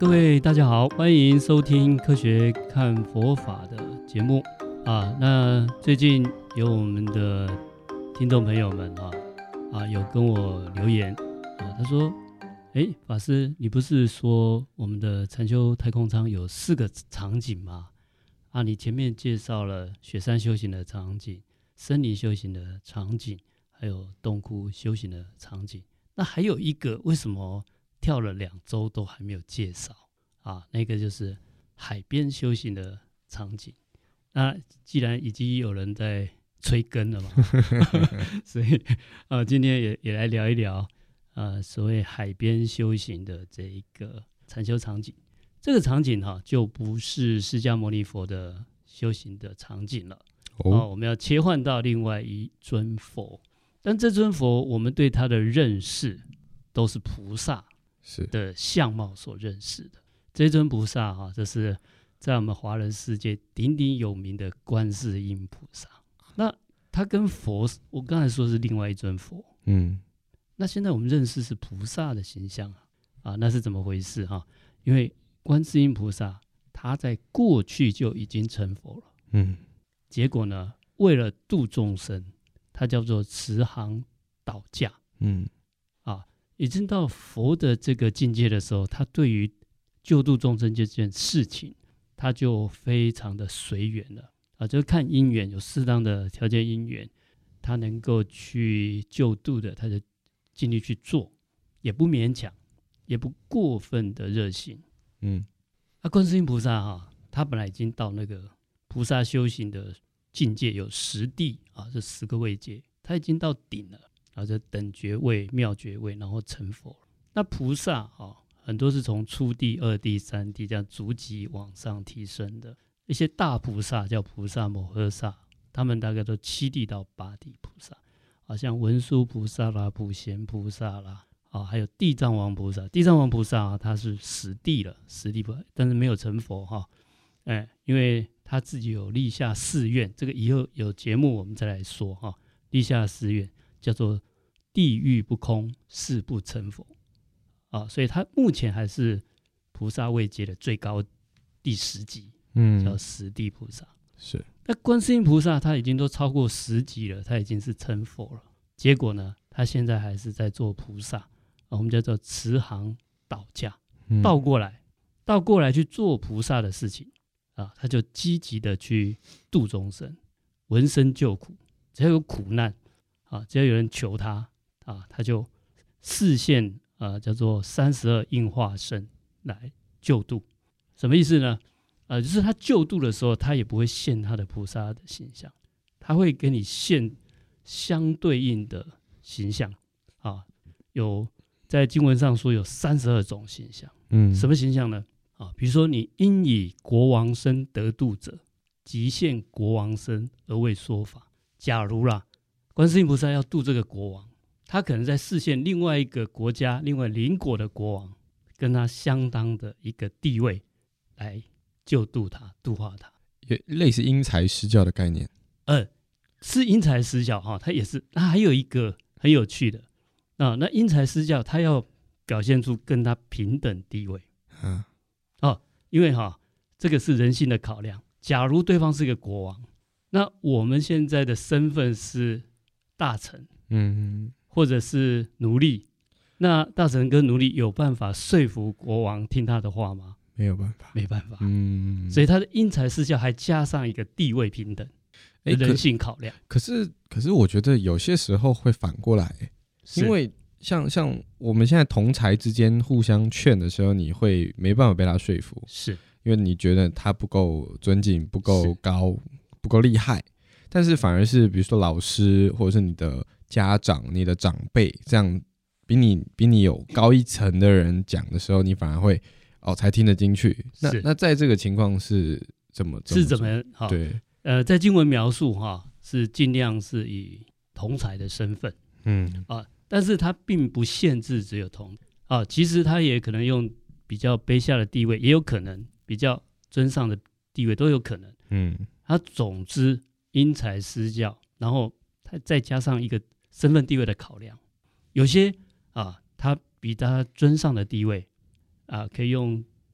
各位大家好，欢迎收听科学看佛法的节目啊。那最近有我们的听众朋友们有跟我留言他说法师，你不是说我们的禅修太空舱有4个场景吗？你前面介绍了雪山修行的场景、森林修行的场景，还有洞窟修行的场景，那还有一个为什么跳了2周都还没有介绍那个就是海边修行的场景。那既然已经有人在催更了嘛所以今天也来聊一聊所谓海边修行的这一个禅修场景。这个场景就不是释迦牟尼佛的修行的场景了我们要切换到另外一尊佛，但这尊佛我们对他的认识都是菩萨的相貌所认识的。这尊菩萨这是在我们华人世界鼎鼎有名的观世音菩萨。那他跟佛，我刚才说是另外一尊佛，那现在我们认识是菩萨的形象那是怎么回事因为观世音菩萨他在过去就已经成佛了，结果呢，为了度众生，他叫做慈航导驾，已经到佛的这个境界的时候，他对于救度众生这件事情，他就非常的随缘了就是看因缘，有适当的条件因缘，他能够去救度的，他就尽力去做，也不勉强，也不过分的热心。观世音菩萨他本来已经到那个菩萨修行的境界，有10地这10个位阶，他已经到顶了这等觉位、妙觉位，然后成佛了。那菩萨很多是从初地、2地、3地这样逐级往上提升的。一些大菩萨叫菩萨摩诃萨，他们大概都7地到8地菩萨像文殊菩萨啦、普贤菩萨啦还有地藏王菩萨。地藏王菩萨他是10地了，10地菩萨，但是没有成佛因为他自己有立下誓愿，这个以后有节目我们再来说立下誓愿叫做地狱不空，誓不成佛所以他目前还是菩萨位阶的最高第10级，叫10地菩萨。 是。 那观世音菩萨他已经都超过10级了，他已经是成佛了，结果呢，他现在还是在做菩萨我们叫做慈航导驾，倒过来去做菩萨的事情他就积极的去度众生，闻声救苦。只要有苦难只要有人求他他就示现叫做32应化身来救度。什么意思呢？就是他救度的时候，他也不会现他的菩萨的形象，他会给你现相对应的形象有在经文上说有32种形象。什么形象呢？比如说你因以国王身得度者，即现国王身而为说法。假如观世音菩萨要度这个国王，他可能在示现另外一个国家、另外邻国的国王，跟他相当的一个地位来救度他、度化他， 也类似因材施教的概念。 是因材施教他也是。他还有一个很有趣的那因材施教，他要表现出跟他平等地位因为这个是人性的考量。假如对方是个国王，那我们现在的身份是大臣，或者是奴隶，那大臣跟奴隶有办法说服国王听他的话吗？ 没有办法， 没办法。所以他的因材施教还加上一个地位平等的人性考量。 可是我觉得有些时候会反过来因为像我们现在同才之间互相劝的时候，你会没办法被他说服， 是因为你觉得他不够尊敬、不够高、不够厉害。但是反而是比如说老师或者是你的家长、你的长辈，这样比你有高一层的人讲的时候，你反而会才听得进去。那在这个情况是怎么对在经文描述是尽量是以同才的身份但是他并不限制只有同其实他也可能用比较卑下的地位，也有可能比较尊上的地位，都有可能他总之因材施教，然后他再加上一个身份地位的考量。有些他比他尊上的地位可以用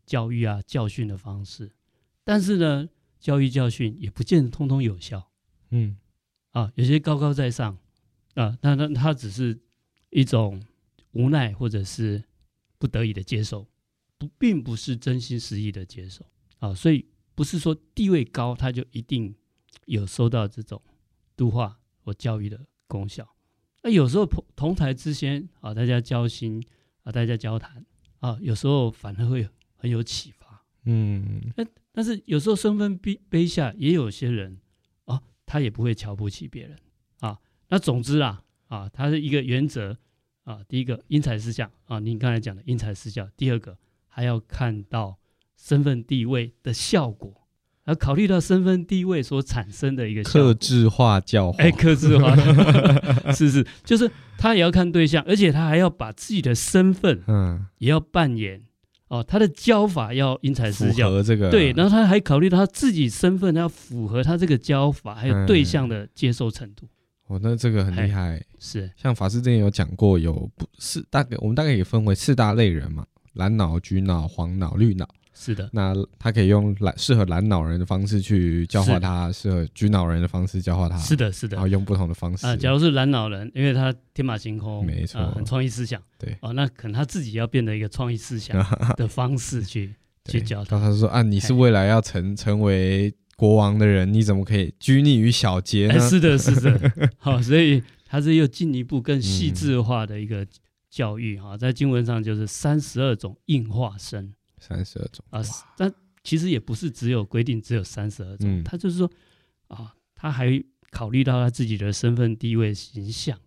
教育啊、教训的方式，但是呢，教育教训也不见得通通有效。有些高高在上那他只是一种无奈或者是不得已的接受，并不是真心实意的接受所以不是说地位高他就一定有收到这种度化或教育的功效。有时候同台之间大家交心大家交谈有时候反而会很有启发。但是有时候身份卑下，也有些人他也不会瞧不起别人那总之他是一个原则第一个因材施教您刚才讲的因材施教，第二个还要看到身份地位的效果，要考虑到身份地位所产生的一个效果。 客制化教化， 客制化是，就是他也要看对象，而且他还要把自己的身份也要扮演他的教法要因材施教， 符合这个对，然后他还考虑到他自己身份要符合他这个教法还有对象的接受程度。 那这个很厉害。 是像法师之前有讲过，我们大概也分为4大类人嘛，蓝脑、橘脑、黄脑、绿脑。 是的， 那他可以用适合蓝脑人的方式去教化他，适合橘脑人的方式教化他。 是的， 然后用不同的方式假如是蓝脑人，因为他天马行空， 没错很创意思想， 对那可能他自己要变得一个创意思想的方式去教他。 他说你是未来要成为国王的人，你怎么可以拘泥于小节呢？ 是的所以他是又进一步更细致化的一个教育在经文上就是32种应化身 32种但其实也不是只有规定只有32种，他就是说他还考虑到他自己的身份地位形象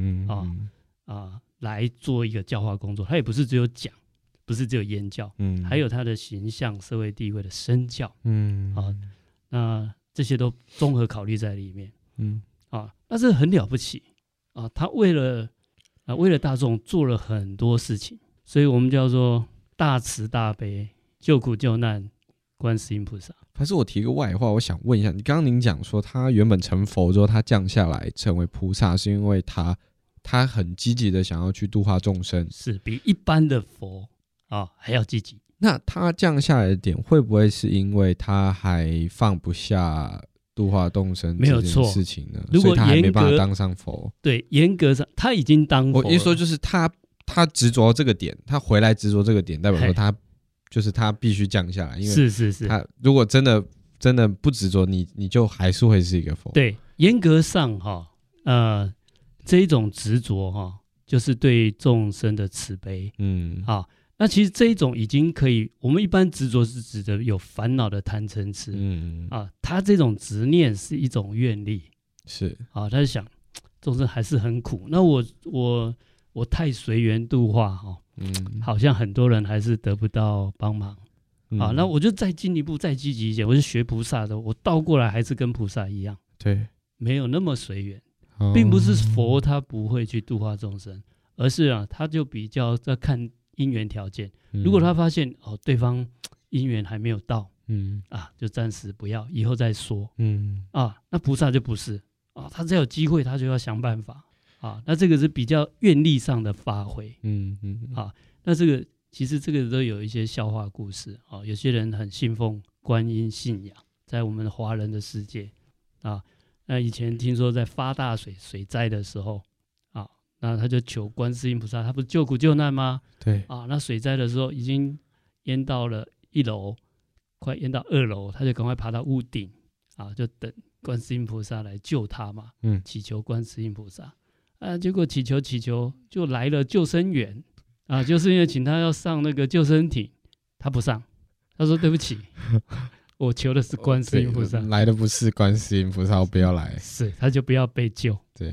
来做一个教化工作。他也不是只有讲，不是只有言教，还有他的形象、社会地位的身教那这些都综合考虑在里面那这很了不起他为了大众做了很多事情，所以我们叫做大慈大悲，救苦救难，观世音菩萨。 可是我提个外话，我想问一下，刚刚您讲说他原本成佛之后，他降下来成为菩萨，是因为他很积极的想要去度化众生， 是比一般的佛还要积极。 那他降下来的点会不会是因为他还放不下度化众生这件事情呢？ 如果所以他还没办法当上佛。 对，严格上他已经当佛了。 我意思说就是他执着这个点，他回来执着这个点，代表说他就是他必须降下来，因为是他如果真的不执着，你就还是会是一个佛。 对，严格上这一种执着就是对众生的慈悲。那其实这一种已经可以，我们一般执着是指的有烦恼的贪嗔痴他这种执念是一种愿力， 是他就想众生还是很苦，那我太随缘度化好像很多人还是得不到帮忙那我就再进一步再积极一点，我是学菩萨的，我倒过来还是跟菩萨一样， 对， 没有那么随缘并不是佛他不会去度化众生，而是他就比较在看因缘条件，如果他发现对方因缘还没有到就暂时不要，以后再说那菩萨就不是他只要有机会他就要想办法那这个是比较愿力上的发挥那这个其实这个都有一些笑话故事有些人很信奉观音信仰，在我们华人的世界那以前听说在发大水灾的时候那他就求观世音菩萨，他不是救苦救难吗？ 对那水灾的时候已经淹到了1楼，快淹到2楼，他就赶快爬到屋顶就等观世音菩萨来救他嘛祈求观世音菩萨结果祈求就来了救生员就是因为请他要上那个救生艇，他不上，他说对不起我求的是观世音菩萨， 来的不是观世音菩萨，我不要来， 是他就不要被救。 对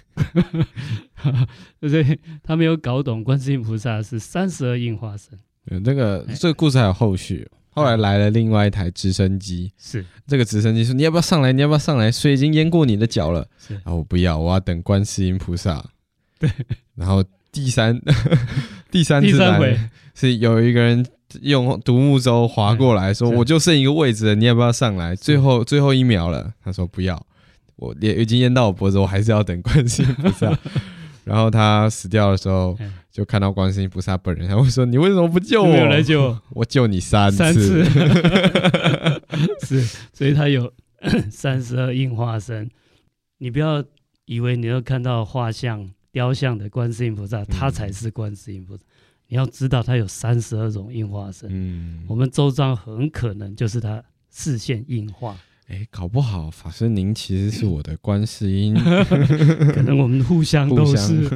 所以他没有搞懂观世音菩萨是32应化身。 这个故事还有后续后来来了另外一台直升机，是这个直升机说你要不要上来，你要不要上来，水已经淹过你的脚了我不要，我要等观世音菩萨。 对， 然后第三次来是有一个人用独木舟划过来说我就剩一个位置了，你要不要上来，最后1秒了，他说不要，我已经淹到我脖子，我还是要等观世音菩萨然后他死掉的时候，就看到观世音菩萨本人，他会说：“你为什么不救我？” 没有来救我， 我救你3 次。是，所以他有32应化身。你不要以为你要看到画像、雕像的观世音菩萨，他才是观世音菩萨。你要知道，他有32种应化身。我们周遭很可能就是他视线应化。 搞不好法师您其实是我的观世音， 可能我们互相都是。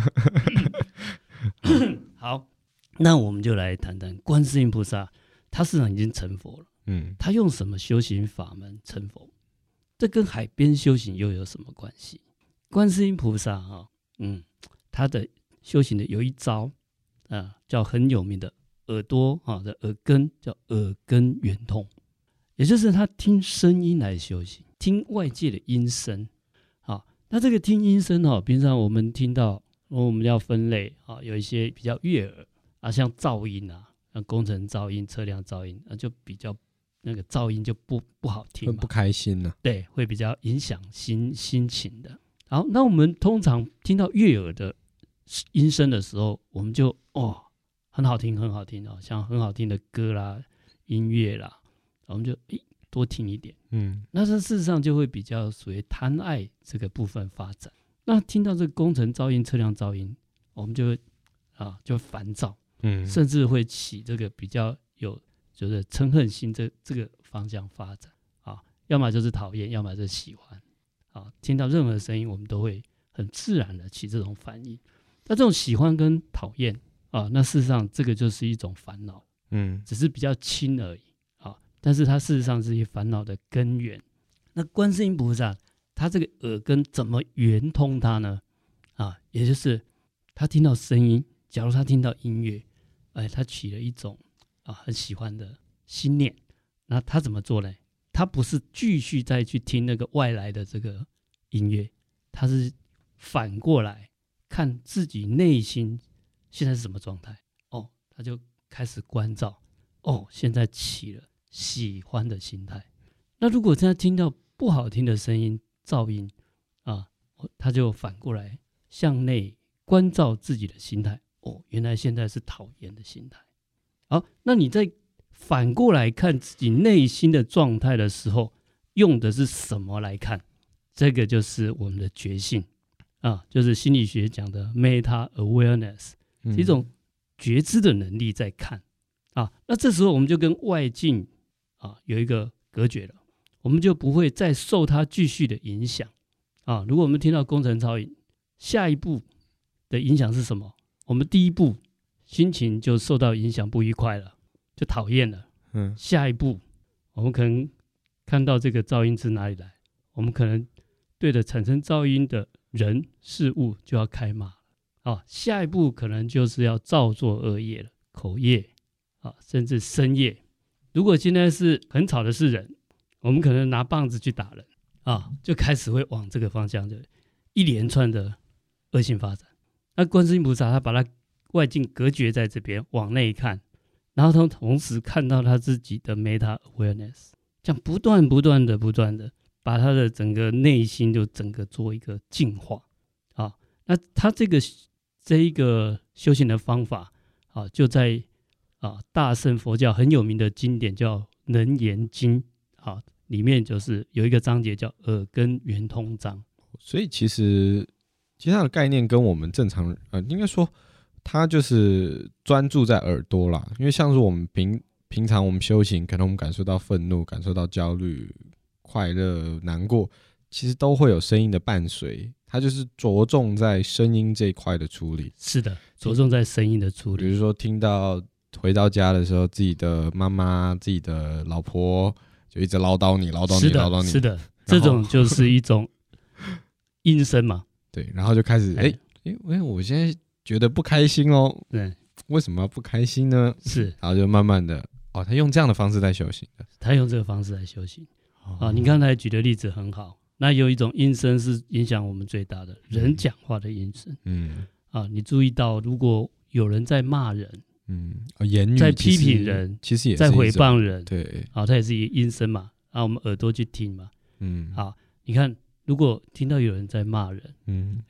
好，那我们就来谈谈观世音菩萨，他事实上已经成佛了。他用什么修行法门成佛？这跟海边修行又有什么关系？观世音菩萨他的修行的有一招叫很有名的耳朵的耳根，叫耳根圆通。也就是他听声音来修行，听外界的音声。那这个听音声平常我们听到，我们要分类有一些比较悦耳像噪音像工程噪音、车辆噪音就比较那个噪音就不好听嘛， 会不开心呢？ 对，会比较影响心情的。好，那我们通常听到悦耳的音声的时候，我们就很好听，很好听像很好听的歌啦、音乐啦。我们就多听一点，那这事实上就会比较属于贪爱这个部分发展。那听到这个工程噪音、车辆噪音，我们就会就烦躁，甚至会起这个比较有就是嗔恨心这个方向发展要么就是讨厌，要么就是喜欢听到任何声音，我们都会很自然的起这种反应。那这种喜欢跟讨厌那事实上这个就是一种烦恼，只是比较轻而已。但是它事实上是一烦恼的根源。那观世音菩萨他这个耳根怎么圆通它呢？也就是他听到声音，假如他听到音乐，他起了一种很喜欢的心念，那他怎么做呢？他不是继续再去听那个外来的这个音乐，他是反过来看自己内心现在是什么状态。他就开始关照，现在起了喜欢的心态。那如果现在听到不好听的声音、噪音他就反过来向内关照自己的心态。原来现在是讨厌的心态。好，那你在反过来看自己内心的状态的时候，用的是什么来看？这个就是我们的觉性就是心理学讲的 meta awareness，是一种觉知的能力在看那这时候我们就跟外境有一个隔绝了，我们就不会再受它继续的影响如果我们听到工程噪音，下一步的影响是什么？我们第一步心情就受到影响，不愉快了，就讨厌了。下一步我们可能看到这个噪音是哪里来，我们可能对着产生噪音的人事物就要开骂下一步可能就是要造作恶业了，口业甚至身业。如果今天是很吵的是人，我们可能拿棒子去打人就开始会往这个方向，就一连串的恶性发展。那观世音菩萨他把他外境隔绝在这边，往内看，然后他同时看到他自己的 meta awareness， 这样不断的把他的整个内心就整个做一个净化那他这一个修行的方法就在大乘佛教很有名的经典叫《能言经》里面就是有一个章节叫耳根圆通章。 所以其实它的概念跟我们正常应该说它就是专注在耳朵啦，因为像是我们平常我们修行，可能我们感受到愤怒，感受到焦虑、快乐、难过，其实都会有声音的伴随，它就是着重在声音这一块的处理。 是的，着重在声音的处理。 比如说听到回到家的时候，自己的妈妈、自己的老婆就一直唠叨你， 是的，这种就是一种音声嘛。 对，然后就开始我现在觉得不开心对， 为什么要不开心呢？ 是， 然后就慢慢的他用这样的方式在修行的， 他用这个方式来修行你刚才举的例子很好。那有一种音声是影响我们最大的，人讲话的音声。你注意到，如果有人在骂人， 言语在批评人， 其实也是在诽谤人， 对它也是一个音声嘛。我们耳朵去听嘛。你看，如果听到有人在骂人，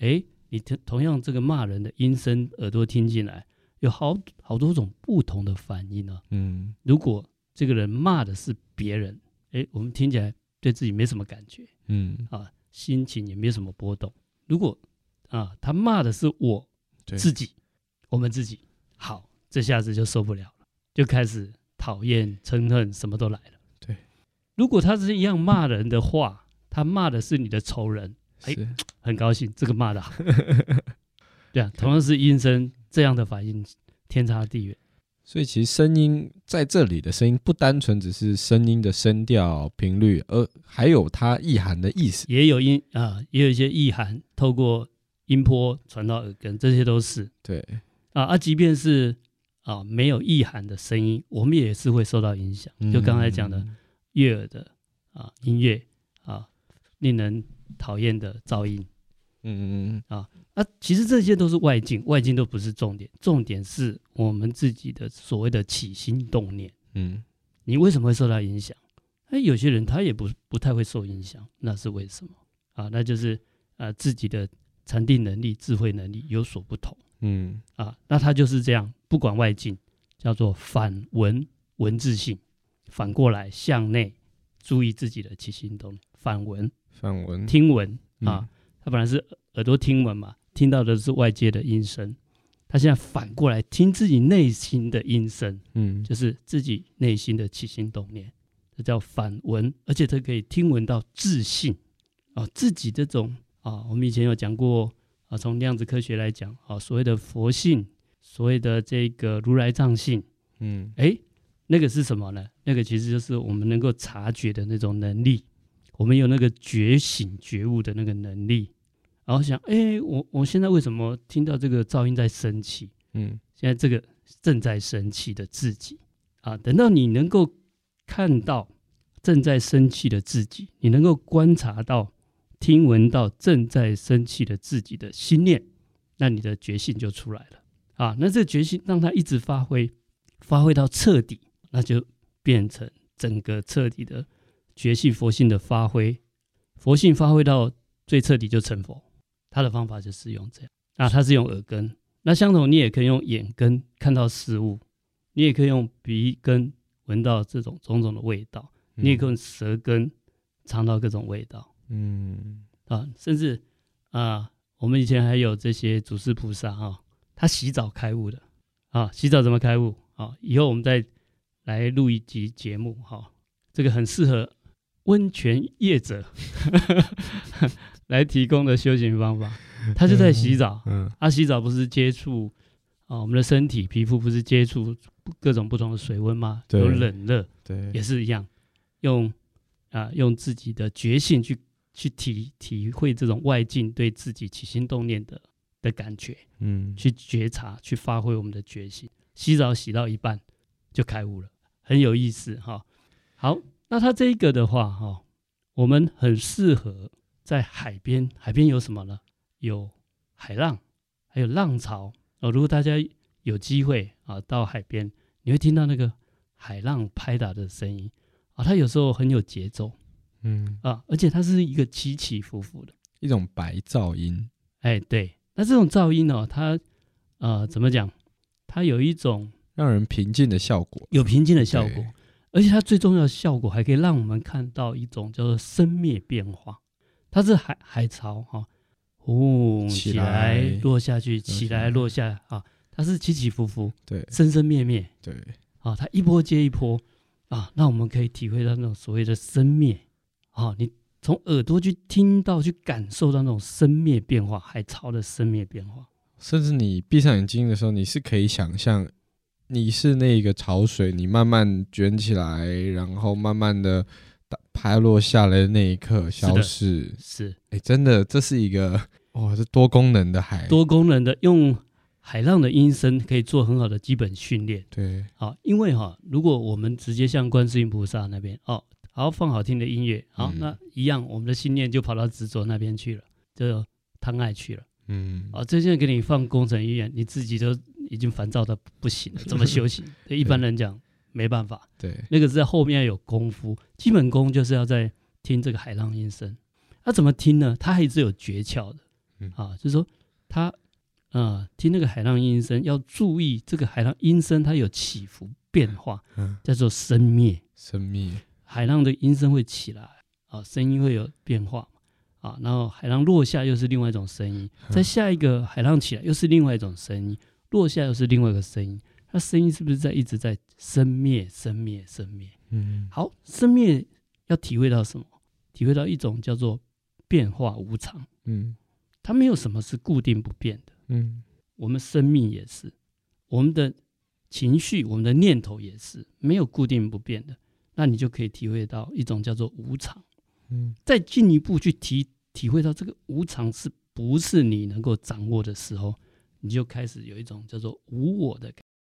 你同样这个骂人的音声，耳朵听进来，有好多种不同的反应啊。如果这个人骂的是别人，我们听起来对自己没什么感觉，心情也没什么波动。如果他骂的是我自己，我们自己，好，这下子就受不了了，就开始讨厌、憎恨，什么都来了。 对， 如果他是一样骂人的话，他骂的是你的仇人，很高兴，这个骂的好。对啊，同样是音声，这样的反应天差地远。 所以其实声音在这里的声音不单纯只是声音的声调频率，而还有它意涵的意思， 也有也有一些意涵透过音波传到耳根，这些都是对即便是没有意涵的声音，我们也是会受到影响。就刚才讲的悦耳的音乐令人讨厌的噪音，其实这些都是外境，外境都不是重点，重点是我们自己的所谓的起心动念。你为什么会受到影响？有些人他也不太会受影响，那是为什么？那就是自己的禅定能力、智慧能力有所不同。那他就是这样，不管外境，叫做反闻文字性，反过来向内注意自己的起心动念，反闻听闻他本来是耳朵听闻嘛，听到的是外界的音声，他现在反过来听自己内心的音声，就是自己内心的起心动念，这叫反闻，而且它可以听闻到自信自己这种我们以前有讲过从量子科学来讲所谓的佛性，所谓的这个如来藏性，那个是什么呢？那个其实就是我们能够察觉的那种能力，我们有那个觉醒觉悟的那个能力。然后想我现在为什么听到这个噪音在生气？现在这个正在生气的自己等到你能够看到正在生气的自己，你能够观察到听闻到正在生气的自己的心念，那你的觉性就出来了那这个觉性让它一直发挥到彻底，那就变成整个彻底的觉性佛性的发挥，佛性发挥到最彻底就成佛。他的方法就是用这样他是用耳根，那相同你也可以用眼根看到事物，你也可以用鼻根闻到这种种种的味道，你也可以用舌根尝到各种味道。甚至我们以前还有这些祖师菩萨他洗澡开悟的洗澡怎么开悟以后我们再来录一集节目这个很适合温泉业者来提供的修行方法。他就在洗澡洗澡不是接触我们的身体皮肤不是接触各种不同的水温吗？有冷热，也是一样用自己的觉性去体会这种外境对自己起心动念的感觉，去觉察，去发挥我们的觉性。洗澡洗到一半就开悟了，很有意思好，那它这个的话我们很适合在海边。海边有什么呢？有海浪，还有浪潮如果大家有机会到海边，你会听到那个海浪拍打的声音它有时候很有节奏而且它是一个起起伏伏的一种白噪音。 对，那这种噪音它怎么讲？它有一种让人平静的效果， 有平静的效果，而且它最重要的效果还可以让我们看到一种叫做生灭变化。它是海潮起来落下去，起来落下它是起起伏伏，生生灭灭，它一波接一波那我们可以体会到那种所谓的生灭你从耳朵去听到去感受到那种生灭变化，海潮的生灭变化。 甚至你闭上眼睛的时候，你是可以想象你是那个潮水，你慢慢卷起来，然后慢慢的拍落下来的那一刻消失。 是真的这是一个是多功能的海， 多功能的，用海浪的音声可以做很好的基本训练。因为如果我们直接像观世音菩萨那边好放好听的音乐那一样我们的心念就跑到执着那边去了，就贪爱去了。这现在给你放工程音乐，你自己都已经烦躁的不行了，怎么修行？对一般人讲没办法。那个是在后面要有功夫，基本功就是要在听这个海浪音声。怎么听呢？它还是有诀窍的就是说他听那个海浪音声，要注意这个海浪音声它有起伏变化，叫做声灭。 声灭， 海浪的音声会起来啊，声音会有变化啊，然后海浪落下又是另外一种声音，再下一个海浪起来又是另外一种声音，落下又是另外一个声音，它声音是不是一直在生灭生灭生灭？好，生灭要体会到什么？体会到一种叫做变化无常。它没有什么是固定不变的。我们生命也是，我们的情绪、我们的念头也是没有固定不变的。那你就可以体会到一种叫做无常。再进一步去体会到这个无常是不是你能够掌握的时候，你就开始有一种叫做无我的感觉。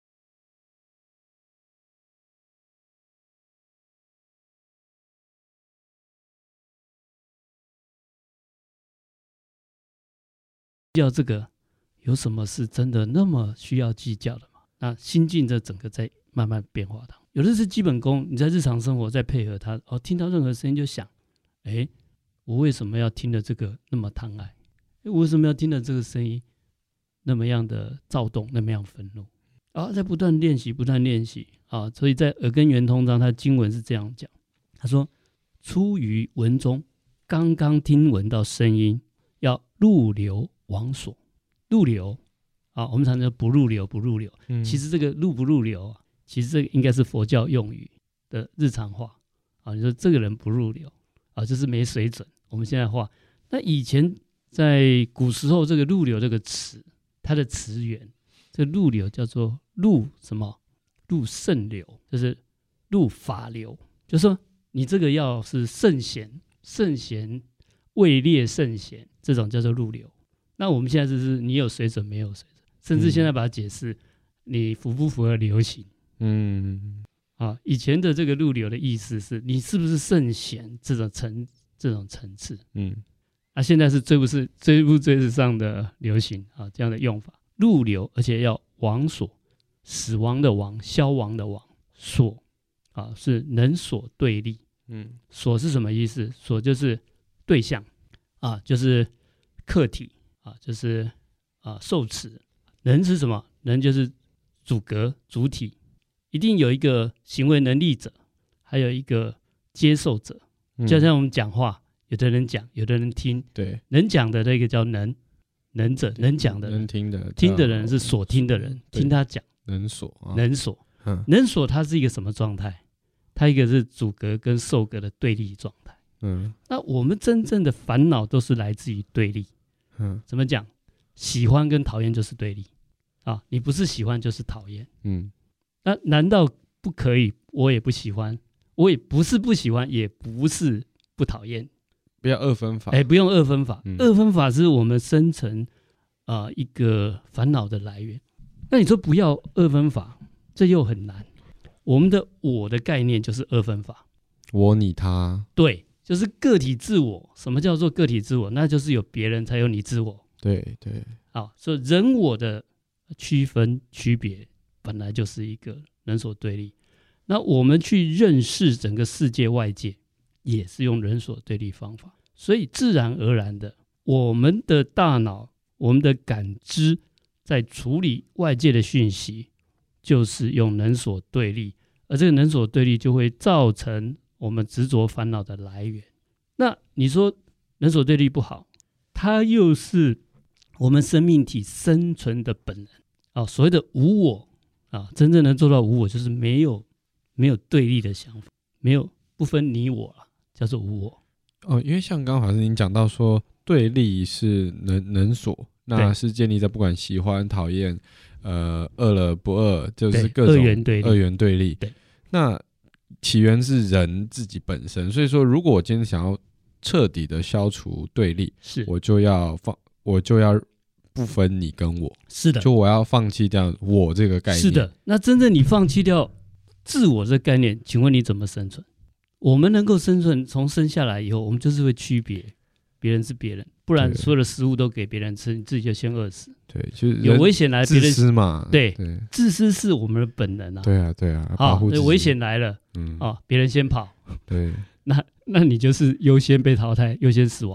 计较这个有什么是真的那么需要计较的吗？那心境这整个在慢慢变化当中，有的是基本功，你在日常生活再配合它，听到任何声音就想，我为什么要听的这个那么贪爱？我为什么要听的这个声音那么样的躁动，那么样愤怒？在不断练习，不断练习啊！所以在耳根圆通章，它经文是这样讲，他说：出于文中，刚刚听闻到声音，要入流往所。入流我们常常不入流，不入流。其实这个入不入流其实这个应该是佛教用语的日常话你说这个人不入流就是没水准。我们现在话，那以前在古时候，这个入流这个词，它的词源，这个入流叫做入什么？入圣流，就是入法流，就是说你这个要是圣贤，圣贤位列圣贤，这种叫做入流。那我们现在就是你有水准没有水准，甚至现在把它解释你符不符合流行。以前的这个入流的意思是你是不是圣贤这种层次。现在是追不追上的流行这样的用法。入流，而且要亡所，死亡的亡，消亡的亡，所是能所对立。所是什么意思？所就是对象就是客体就是受持。能是什么？能就是主格主体，一定有一个行为能力者，还有一个接受者。就像我们讲话，有的人讲，有的人听。对，能讲的那个叫能者，能讲的人，能听的，听的人是所听的人，听他讲。能所，能所它是一个什么状态？它一个是主格跟受格的对立状态。那我们真正的烦恼都是来自于对立。怎么讲？喜欢跟讨厌就是对立你不是喜欢就是讨厌。那难道不可以？我也不喜欢，我也不是不喜欢，也不是不讨厌。 不要二分法。 不用二分法。二分法是我们生成一个烦恼的来源。那你说不要二分法，这又很难。我们的我的概念就是二分法。我你他。对，就是个体自我。什么叫做个体自我？那就是有别人才有你自我。对。所以人我的区分区别本来就是一个人所对立。那我们去认识整个世界外界，也是用人所对立方法。所以自然而然的，我们的大脑，我们的感知在处理外界的讯息，就是用人所对立。而这个人所对立就会造成我们执着烦恼的来源。那你说人所对立不好，它又是我们生命体生存的本能所谓的无我真正能做到无我，就是没有对立的想法，没有不分你我叫做无我。 因为像刚刚法师您讲到说，对立是能所，那是建立在不管喜欢讨厌恶了不恶，就是各种二元对立。对，那起源是人自己本身。所以说如果我今天想要彻底的消除对立，我就要不分你跟我。是的，就我要放弃掉我这个概念。是的， 那真正你放弃掉自我这个概念，请问你怎么生存？我们能够生存，从生下来以后，我们就是会区别别人是别人，不然所有的食物都给别人吃，你自己就先饿死。对，就是有危险来，别人自私嘛。对，自私是我们的本能对啊，保护自己。 危险来了，别人先跑。对，那你就是优先被淘汰，优先死亡。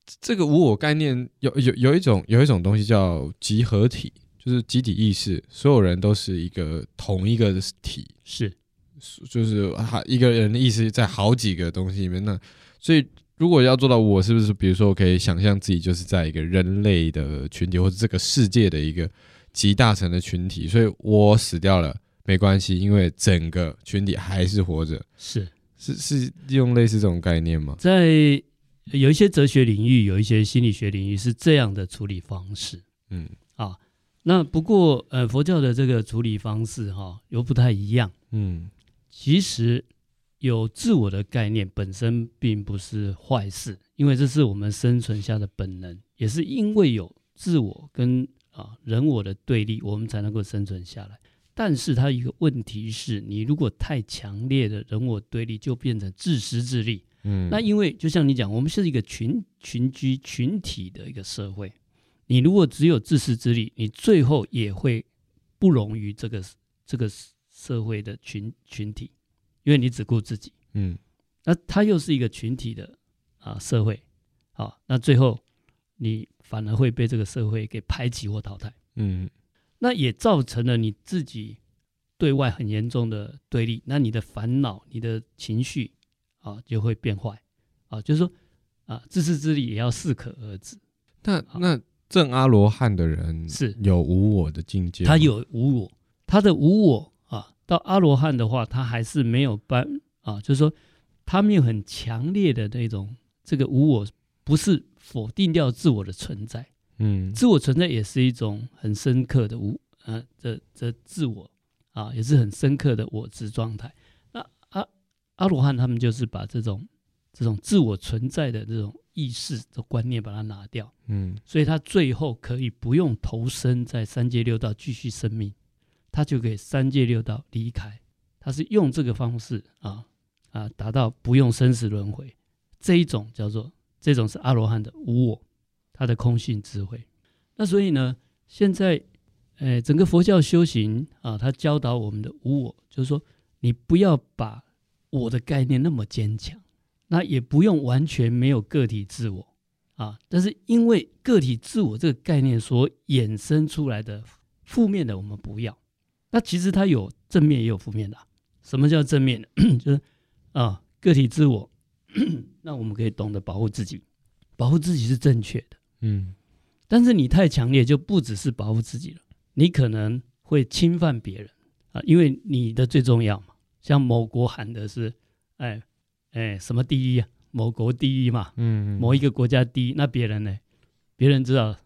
这个无我概念有一种东西叫集合体，就是集体意识，所有人都是同一个体， 是， 就是一个人的意识在好几个东西里面。那所以如果要做到我，是不是比如说我可以想象自己就是在一个人类的群体，或者这个世界的一个集大成的群体，所以我死掉了没关系，因为整个群体还是活着。是用类似这种概念吗？ 在有一些哲学领域，有一些心理学领域是这样的处理方式。那不过佛教的这个处理方式又不太一样。其实有自我的概念本身并不是坏事，因为这是我们生存下的本能，也是因为有自我跟人我的对立，我们才能够生存下来。但是它一个问题是，你如果太强烈的人我对立，就变成自私自利。那因为就像你讲，我们是一个群居群体的一个社会，你如果只有自私自利，你最后也会不容于这个社会的群体，因为你只顾自己。那它又是一个群体的社会，那最后你反而会被这个社会给排挤或淘汰。那也造成了你自己对外很严重的对立，那你的烦恼、你的情绪就会变坏。就是说自私自利也要适可而止。 那证阿罗汉的人是有无我的境界吗？ 他有无我，他的无我到阿罗汉的话，他还是没有就是说他没有很强烈的那种这个无我，不是否定掉自我的存在。自我存在也是一种很深刻的自我也是很深刻的我执状态。那阿罗汉他们就是把这种自我存在的这种意识的观念把它拿掉。所以他最后可以不用投身在三界六道继续生命，他就可以三界六道离开。他是用这个方式达到不用生死轮回。这种是阿罗汉的无我，他的空性智慧。那所以呢，现在整个佛教修行他教导我们的无我，就是说你不要把我的概念那么坚强，那也不用完全没有个体自我但是因为个体自我这个概念所衍生出来的负面的我们不要。那其实它有正面也有负面的。什么叫正面的？就是个体自我那我们可以懂得保护自己，保护自己是正确的。但是你太强烈就不只是保护自己了，你可能会侵犯别人因为你的最重要嘛。像某国喊的是什么第一某国第一嘛，某一个国家第一，那别人呢？别人只好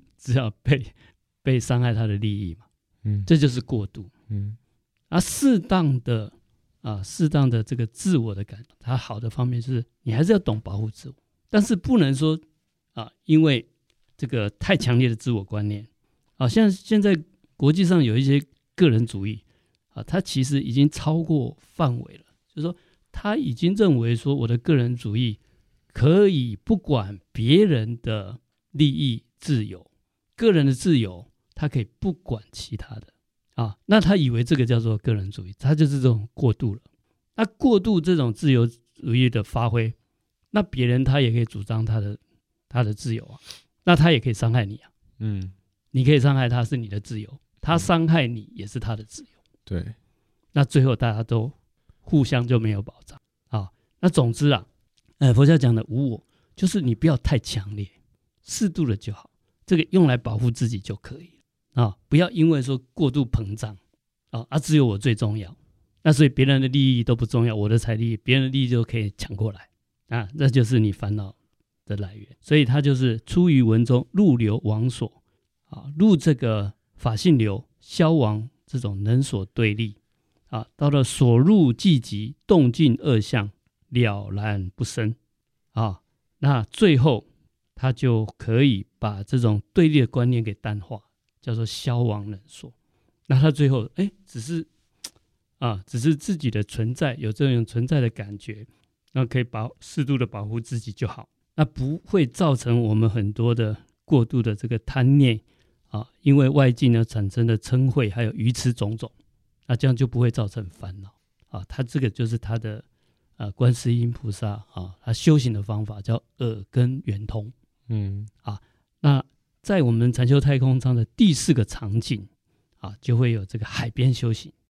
被伤害他的利益嘛。这就是过度。适当的这个自我的感，它好的方面就是你还是要懂保护自我，但是不能说因为这个太强烈的自我观念像现在国际上有一些个人主义它其实已经超过范围了，就是说他已经认为说我的个人主义可以不管别人的利益自由，个人的自由他可以不管其他的那他以为这个叫做个人主义，他就是这种过度了。那过度这种自由主义的发挥，那别人他也可以主张他的自由那他也可以伤害你你可以伤害他是你的自由，他伤害你也是他的自由。 对， 那最后大家都互相就没有保障那总之佛教讲的无我，就是你不要太强烈，适度的就好，这个用来保护自己就可以了不要因为说过度膨胀只有我最重要，那所以别人的利益都不重要，我的财力别人的利益就可以抢过来这就是你烦恼的来源。所以它就是出于文中入流亡所入这个法性流，消亡这种能所对立到了所入寂极，动静二相了然不生那最后他就可以把这种对立的观念给淡化，叫做消亡能所。那他最后只是自己的存在有这种存在的感觉，那可以适度的保护自己就好，那不会造成我们很多的过度的这个贪念因为外境呢产生的嗔恚还有愚痴种种，那这样就不会造成烦恼他这个就是他的观世音菩萨他修行的方法叫耳根圆通。 那在我们禅修太空舱的第4个场景就会有这个海边修行